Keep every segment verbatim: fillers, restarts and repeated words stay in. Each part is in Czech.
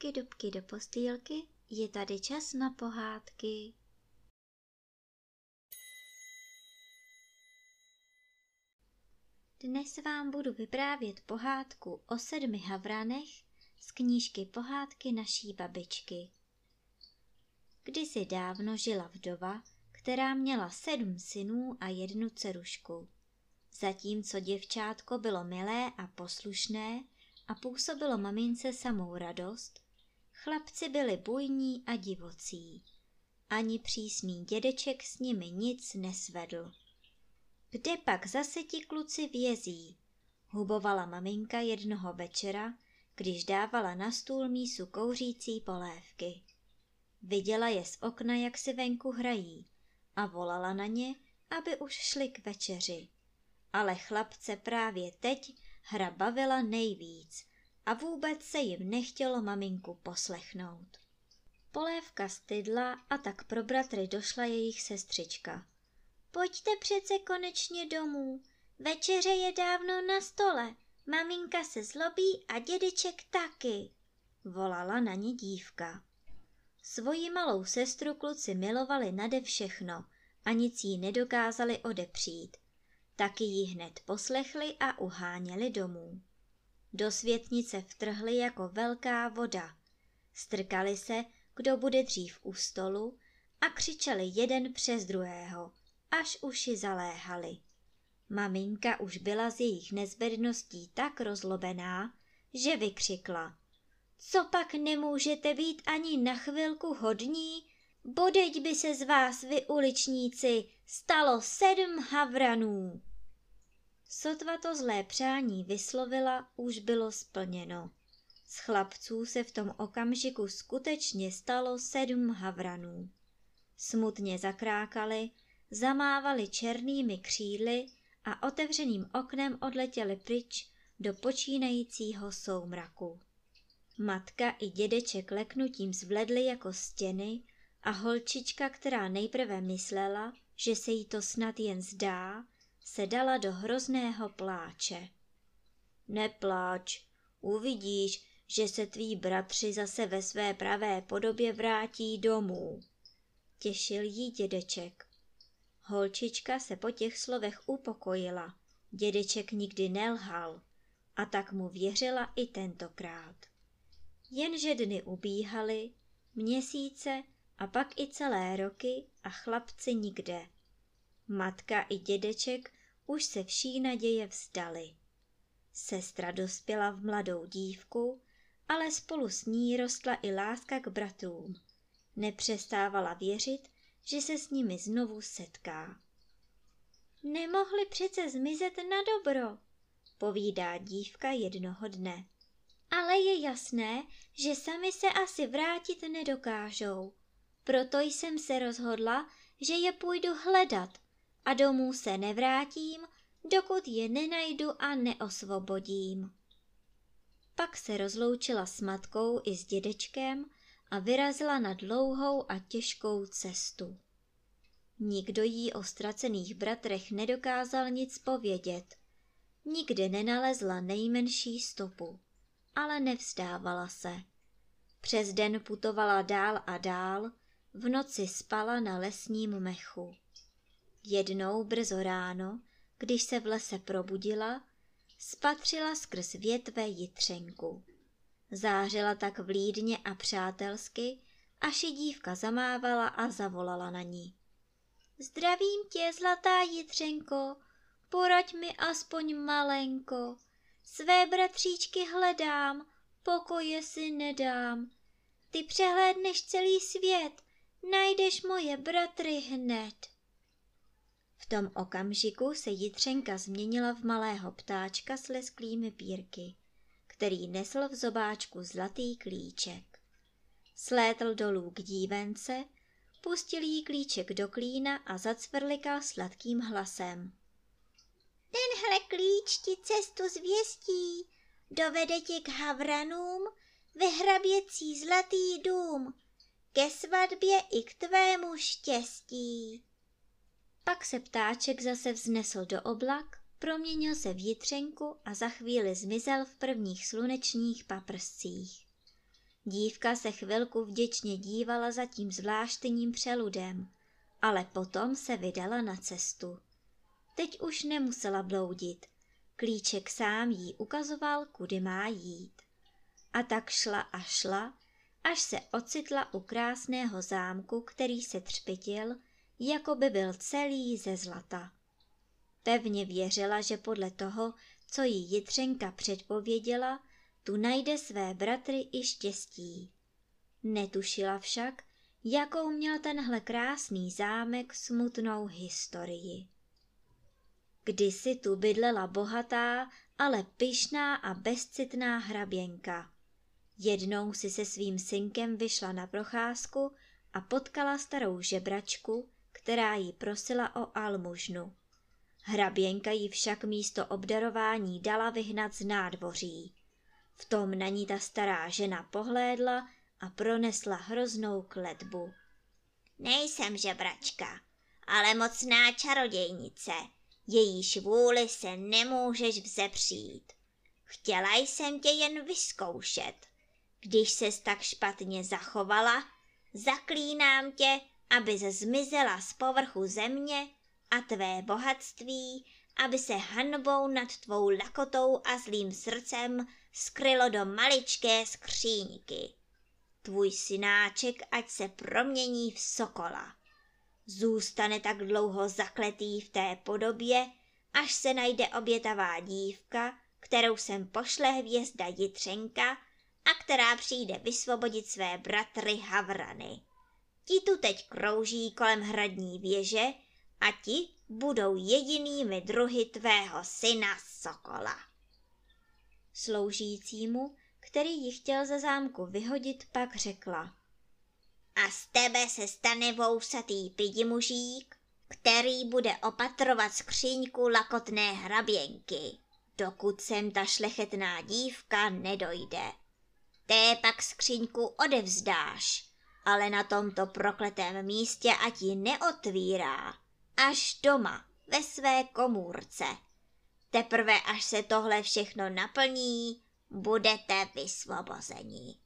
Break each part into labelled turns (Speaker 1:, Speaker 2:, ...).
Speaker 1: dubky, dubky do postýlky, je tady čas na pohádky. Dnes vám budu vyprávět pohádku o sedmi havranech z knížky Pohádky naší babičky. Kdysi dávno žila vdova, která měla sedm synů a jednu dcerušku. Zatímco děvčátko bylo milé a poslušné a působilo mamince samou radost, chlapci byli bujní a divocí. Ani přísný dědeček s nimi nic nesvedl. Kde pak zase ti kluci vězí, hubovala maminka jednoho večera, když dávala na stůl mísu kouřící polévky. Viděla je z okna, jak si venku hrají, a volala na ně, aby už šli k večeři. Ale chlapce právě teď hra bavila nejvíc a vůbec se jim nechtělo maminku poslechnout. Polévka stydla a tak pro bratry došla jejich sestřička. Pojďte přece konečně domů, večeře je dávno na stole, maminka se zlobí a dědeček taky, volala na ně dívka. Svoji malou sestru kluci milovali nade všechno a nic jí nedokázali odepřít. Taky ji hned poslechli a uháněli domů. Do světnice vtrhli jako velká voda. Strkali se, kdo bude dřív u stolu, a křičeli jeden přes druhého, až uši zaléhaly. Maminka už byla z jejich nezbedností tak rozlobená, že vykřikla: Co pak nemůžete být ani na chvilku hodní? Bodeď by se z vás, vy uličníci, stalo sedm havranů. Sotva to zlé přání vyslovila, už bylo splněno. Z chlapců se v tom okamžiku skutečně stalo sedm havranů. Smutně zakrákali, zamávali černými křídly a otevřeným oknem odletěli pryč do počínajícího soumraku. Matka i dědeček leknutím zvledli jako stěny a holčička, která nejprve myslela, že se jí to snad jen zdá, se dala do hrozného pláče. Nepláč, uvidíš, že se tví bratři zase ve své pravé podobě vrátí domů, těšil jí dědeček. Holčička se po těch slovech upokojila, dědeček nikdy nelhal, a tak mu věřila i tentokrát. Jenže dny ubíhaly, měsíce a pak i celé roky a chlapci nikde. Matka i dědeček už se vší naděje vzdali. Sestra dospěla v mladou dívku, ale spolu s ní rostla i láska k bratrům. Nepřestávala věřit, že se s nimi znovu setká. Nemohli přece zmizet na dobro, povídá dívka jednoho dne. Ale je jasné, že sami se asi vrátit nedokážou. Proto jsem se rozhodla, že je půjdu hledat a domů se nevrátím, dokud je nenajdu a neosvobodím. Pak se rozloučila s matkou i s dědečkem a vyrazila na dlouhou a těžkou cestu. Nikdo jí o ztracených bratrech nedokázal nic povědět. Nikde nenalezla nejmenší stopu, ale nevzdávala se. Přes den putovala dál a dál, v noci spala na lesním mechu. Jednou brzo ráno, když se v lese probudila, spatřila skrz větve jitřenku. Zářila tak vlídně a přátelsky, až ji dívka zamávala a zavolala na ní. Zdravím tě, zlatá jitřenko, poraď mi aspoň malenko. Své bratříčky hledám, pokoje si nedám. Ty přehlédneš celý svět, najdeš moje bratry hned. V tom okamžiku se jitřenka změnila v malého ptáčka s lesklými pírky, který nesl v zobáčku zlatý klíček. Slétl dolů k dívence, pustil jí klíček do klína a zacvrlikal sladkým hlasem. Tenhle klíč ti cestu zvěstí, dovede tě k havranům, vyhraběcí zlatý dům, ke svatbě i k tvému štěstí. Pak se ptáček zase vznesl do oblak, proměnil se v jitřenku a za chvíli zmizel v prvních slunečních paprscích. Dívka se chvilku vděčně dívala za tím zvláštním přeludem, ale potom se vydala na cestu. Teď už nemusela bloudit, klíček sám jí ukazoval, kudy má jít. A tak šla a šla, až se ocitla u krásného zámku, který se třpitil, jako by byl celý ze zlata. Pevně věřila, že podle toho, co jí Jitřenka předpověděla, tu najde své bratry i štěstí. Netušila však, jakou měl tenhle krásný zámek smutnou historii. Kdysi tu bydlela bohatá, ale pyšná a bezcitná hraběnka. Jednou si se svým synkem vyšla na procházku a potkala starou žebračku, která jí prosila o almužnu. Hraběnka jí však místo obdarování dala vyhnat z nádvoří. V tom na ní ta stará žena pohlédla a pronesla hroznou kletbu. Nejsem žebračka, ale mocná čarodějnice, jejíž vůli se nemůžeš vzepřít. Chtěla jsem tě jen vyzkoušet. Když ses tak špatně zachovala, zaklínám tě, aby se zmizela z povrchu země a tvé bohatství, aby se hanbou nad tvou lakotou a zlým srdcem skrylo do maličké skříňky. Tvůj synáček ať se promění v sokola. Zůstane tak dlouho zakletý v té podobě, až se najde obětavá dívka, kterou sem pošle hvězda Jitřenka a která přijde vysvobodit své bratry Havrany. Ti tu teď krouží kolem hradní věže a ti budou jedinými druhy tvého syna Sokola. Sloužícímu, který ji chtěl ze zámku vyhodit, pak řekla. A z tebe se stane vousatý pidimužík, který bude opatrovat skříňku lakotné hraběnky, dokud sem ta šlechetná dívka nedojde. Té pak skříňku odevzdáš, ale na tomto prokletém místě ať ji neotvírá, až doma, ve své komůrce. Teprve až se tohle všechno naplní, budete vysvobozeni.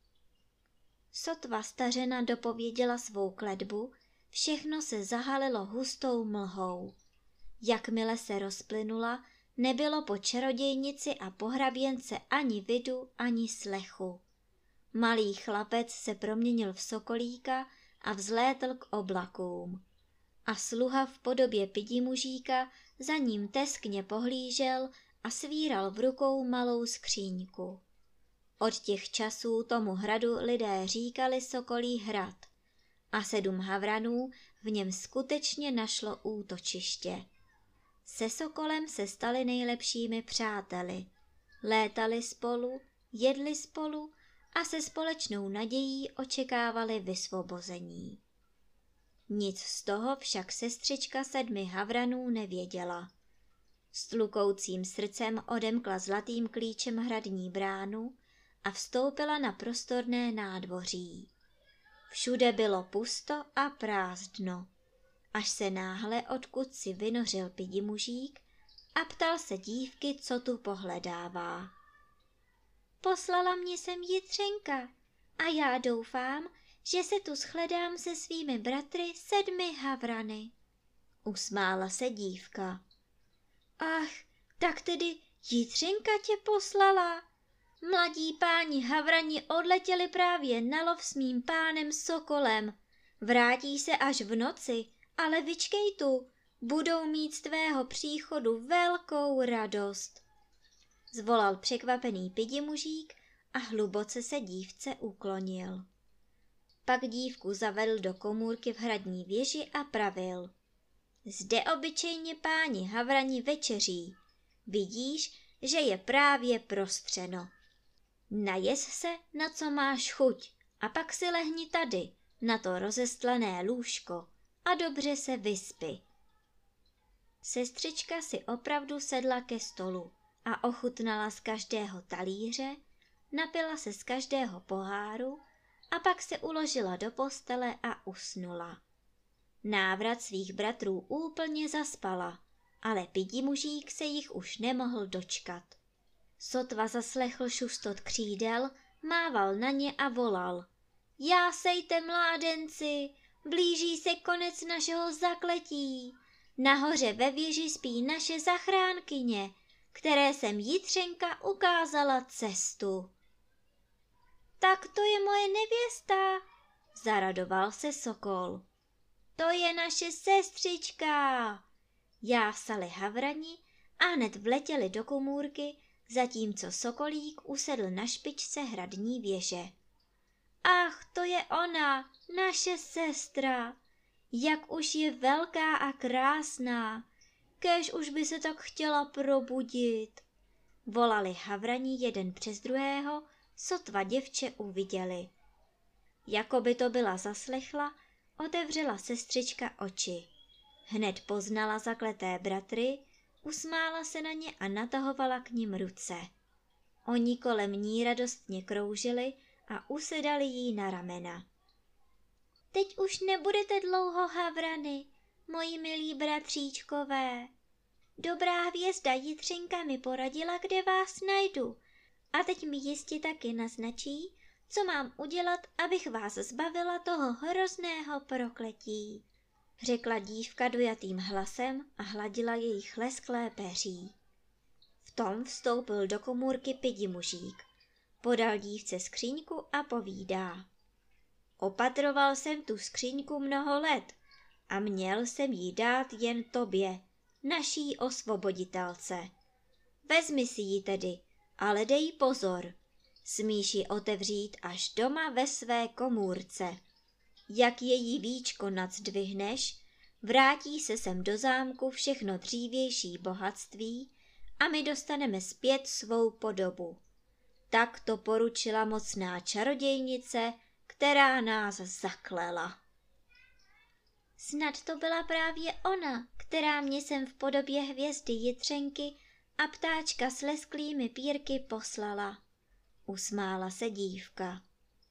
Speaker 1: Sotva stařena dopověděla svou kletbu, všechno se zahalilo hustou mlhou. Jakmile se rozplynula, nebylo po čarodějnici a po hraběnce ani vidu, ani slechu. Malý chlapec se proměnil v sokolíka a vzlétl k oblakům. A sluha v podobě pidimužíka za ním teskně pohlížel a svíral v rukou malou skříňku. Od těch časů tomu hradu lidé říkali Sokolí hrad a sedm havranů v něm skutečně našlo útočiště. Se Sokolem se stali nejlepšími přáteli. Létali spolu, jedli spolu a se společnou nadějí očekávali vysvobození. Nic z toho však sestřička sedmi havranů nevěděla. S tlukoucím srdcem odemkla zlatým klíčem hradní bránu a vstoupila na prostorné nádvoří. Všude bylo pusto a prázdno, až se náhle odkud si vynořil pidimužík a ptal se dívky, co tu pohledává. Poslala mě sem Jitřenka a já doufám, že se tu shledám se svými bratry sedmi havrany. Usmála se dívka. Ach, tak tedy Jitřenka tě poslala. Mladí páni havrani odletěli právě na lov s mým pánem Sokolem. Vrátí se až v noci, ale vyčkej tu, budou mít z tvého příchodu velkou radost. Zvolal překvapený pidimužík a hluboce se dívce uklonil. Pak dívku zavedl do komůrky v hradní věži a pravil. Zde obyčejně páni havrani večeří. Vidíš, že je právě prostřeno. Najez se, na co máš chuť, a pak si lehni tady, na to rozestlané lůžko, a dobře se vyspí. Sestřička si opravdu sedla ke stolu a ochutnala z každého talíře, napila se z každého poháru a pak se uložila do postele a usnula. Návrat svých bratrů úplně zaspala, ale pidimužík se jich už nemohl dočkat. Sotva zaslechl šustot křídel, mával na ně a volal: Jásejte, mládenci, blíží se konec našeho zakletí. Nahoře ve věži spí naše zachránkyně, které jsem Jitřenka ukázala cestu. Tak to je moje nevěsta, zaradoval se sokol. To je naše sestřička, jásali havrani a hned vletěli do komůrky, zatímco sokolík usedl na špičce hradní věže. Ach, to je ona, naše sestra, jak už je velká a krásná, kéž už by se tak chtěla probudit. Volali havrani jeden přes druhého, sotva děvče uviděli. Jako by to byla zaslechla, otevřela sestřička oči. Hned poznala zakleté bratry, usmála se na ně a natahovala k nim ruce. Oni kolem ní radostně kroužili a usedali jí na ramena. Teď už nebudete dlouho, havrany, moji milí bratříčkové. Dobrá hvězda Jitřenka mi poradila, kde vás najdu, a teď mi jistě taky naznačí, co mám udělat, abych vás zbavila toho hrozného prokletí, řekla dívka dojatým hlasem a hladila jejich lesklé peří. V tom vstoupil do komůrky pidi mužík, podal dívce skříňku a povídá. Opatroval jsem tu skříňku mnoho let a měl jsem jí dát jen tobě, naší osvoboditelce. Vezmi si ji tedy, ale dej pozor, smíš ji otevřít až doma ve své komůrce. Jak její víčko nadzvedneš, vrátí se sem do zámku všechno dřívější bohatství a my dostaneme zpět svou podobu. Tak to poručila mocná čarodějnice, která nás zaklela. Snad to byla právě ona, která mě sem v podobě hvězdy Jitřenky a ptáčka s lesklými pírky poslala. Usmála se dívka.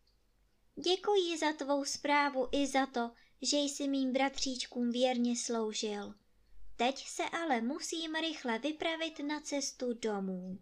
Speaker 1: Děkuji za tvou zprávu i za to, že jsi mým bratříčkům věrně sloužil. Teď se ale musím rychle vypravit na cestu domů.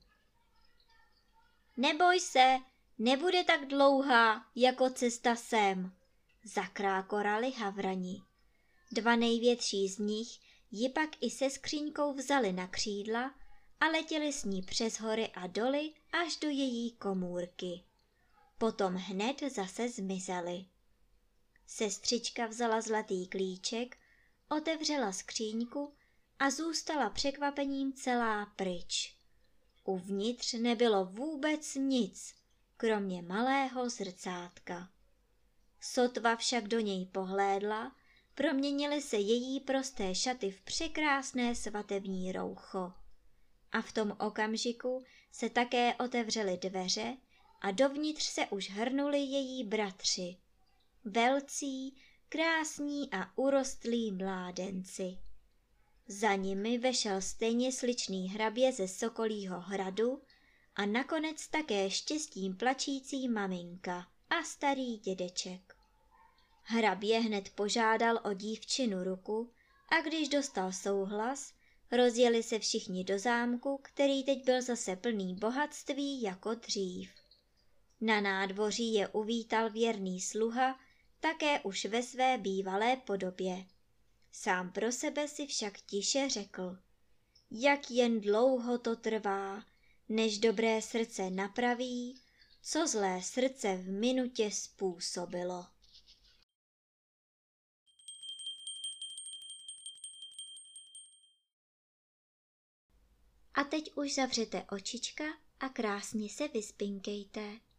Speaker 1: Neboj se, nebude tak dlouhá, jako cesta sem, zakrákorali havrani. Dva největší z nich ji pak i se skříňkou vzali na křídla a letěli s ní přes hory a doly až do její komůrky. Potom hned zase zmizeli. Sestřička vzala zlatý klíček, otevřela skříňku a zůstala překvapením celá pryč. Uvnitř nebylo vůbec nic, kromě malého zrcátka. Sotva však do něj pohlédla, proměnily se její prosté šaty v překrásné svatební roucho. A v tom okamžiku se také otevřely dveře a dovnitř se už hrnuli její bratři. Velcí, krásní a urostlí mládenci. Za nimi vešel stejně sličný hrabě ze Sokolího hradu a nakonec také štěstím plačící maminka a starý dědeček. Hrabě hned požádal o dívčinu ruku a když dostal souhlas, rozjeli se všichni do zámku, který teď byl zase plný bohatství jako dřív. Na nádvoří je uvítal věrný sluha, také už ve své bývalé podobě. Sám pro sebe si však tiše řekl, jak jen dlouho to trvá, než dobré srdce napraví, co zlé srdce v minutě způsobilo. A teď už zavřete očička a krásně se vyspinkejte.